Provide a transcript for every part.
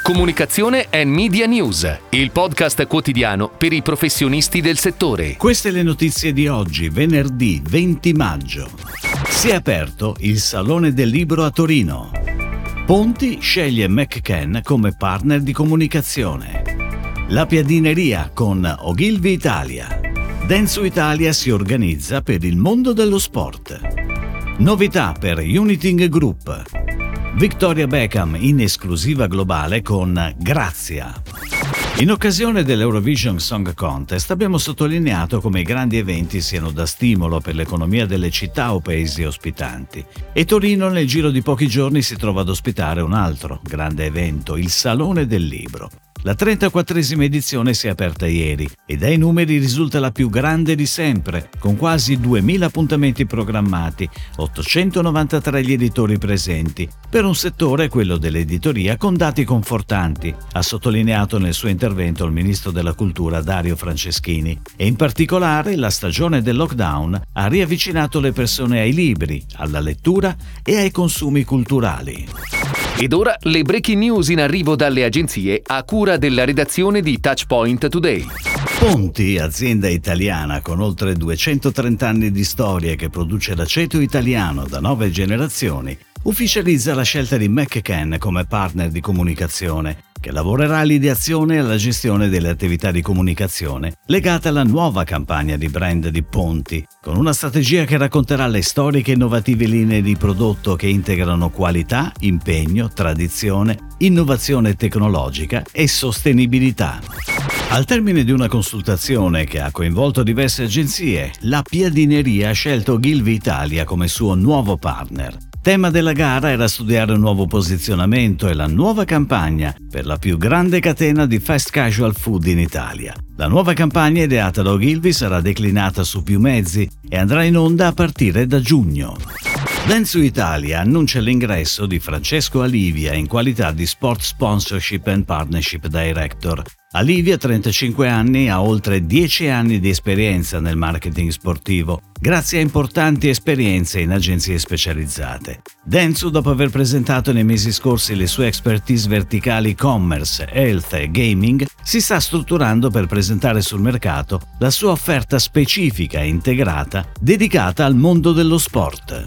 Comunicazione and Media News, il podcast quotidiano per i professionisti del settore. Queste le notizie di oggi, venerdì 20 maggio. Si è aperto il Salone del Libro a Torino. Ponti sceglie McCann come partner di comunicazione. La Piadineria con Ogilvy Italia. Dentsu Italia si organizza per il mondo dello sport. Novità per Uniting Group. Victoria Beckham in esclusiva globale con Grazia. In occasione dell'Eurovision Song Contest abbiamo sottolineato come i grandi eventi siano da stimolo per l'economia delle città o paesi ospitanti. E Torino nel giro di pochi giorni si trova ad ospitare un altro grande evento, il Salone del Libro. La 34esima edizione si è aperta ieri e dai numeri risulta la più grande di sempre, con quasi 2000 appuntamenti programmati, 893 gli editori presenti, per un settore, quello dell'editoria, con dati confortanti, ha sottolineato nel suo intervento il ministro della Cultura Dario Franceschini. E in particolare la stagione del lockdown ha riavvicinato le persone ai libri, alla lettura e ai consumi culturali. Ed ora le breaking news in arrivo dalle agenzie a cura della redazione di Touchpoint Today. Ponti, azienda italiana con oltre 230 anni di storia che produce l'aceto italiano da 9 generazioni, ufficializza la scelta di McCann come partner di comunicazione, che lavorerà all'ideazione e alla gestione delle attività di comunicazione legate alla nuova campagna di brand di Ponti, con una strategia che racconterà le storiche e innovative linee di prodotto che integrano qualità, impegno, tradizione, innovazione tecnologica e sostenibilità. Al termine di una consultazione che ha coinvolto diverse agenzie, la Piadineria ha scelto Ogilvy Italia come suo nuovo partner. Tema della gara era studiare un nuovo posizionamento e la nuova campagna per la più grande catena di fast casual food in Italia. La nuova campagna ideata da Ogilvy sarà declinata su più mezzi e andrà in onda a partire da giugno. Dentsu Italia annuncia l'ingresso di Francesco Alivia in qualità di Sport Sponsorship and Partnership Director. Alivia, 35 anni, ha oltre 10 anni di esperienza nel marketing sportivo, grazie a importanti esperienze in agenzie specializzate. Dentsu, dopo aver presentato nei mesi scorsi le sue expertise verticali commerce, health e gaming, si sta strutturando per presentare sul mercato la sua offerta specifica e integrata dedicata al mondo dello sport.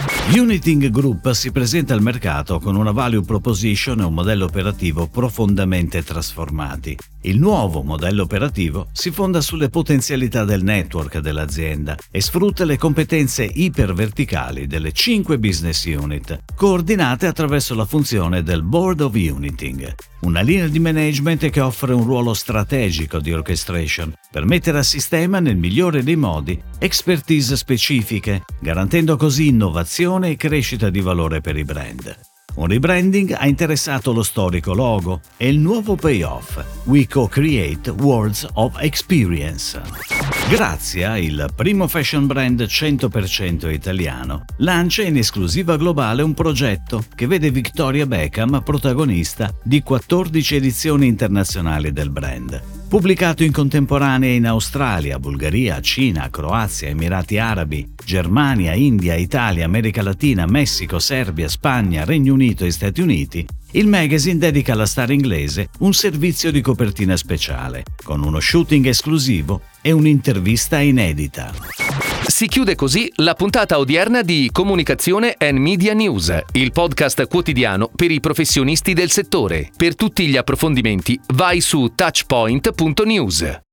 Uniting Group si presenta al mercato con una value proposition e un modello operativo profondamente trasformati. Il nuovo modello operativo si fonda sulle potenzialità del network dell'azienda e sfrutta le competenze iperverticali delle 5 business unit, coordinate attraverso la funzione del Board of Uniting, una linea di management che offre un ruolo strategico di orchestration per mettere a sistema nel migliore dei modi expertise specifiche, garantendo così innovazione e crescita di valore per i brand. Un rebranding ha interessato lo storico logo e il nuovo payoff We Co-Create Worlds of Experience. Grazia, il primo fashion brand 100% italiano, lancia in esclusiva globale un progetto che vede Victoria Beckham protagonista di 14 edizioni internazionali del brand. Pubblicato in contemporanea in Australia, Bulgaria, Cina, Croazia, Emirati Arabi, Germania, India, Italia, America Latina, Messico, Serbia, Spagna, Regno Unito e Stati Uniti, il magazine dedica alla star inglese un servizio di copertina speciale, con uno shooting esclusivo e un'intervista inedita. Si chiude così la puntata odierna di Comunicazione and Media News, il podcast quotidiano per i professionisti del settore. Per tutti gli approfondimenti vai su touchpoint.news.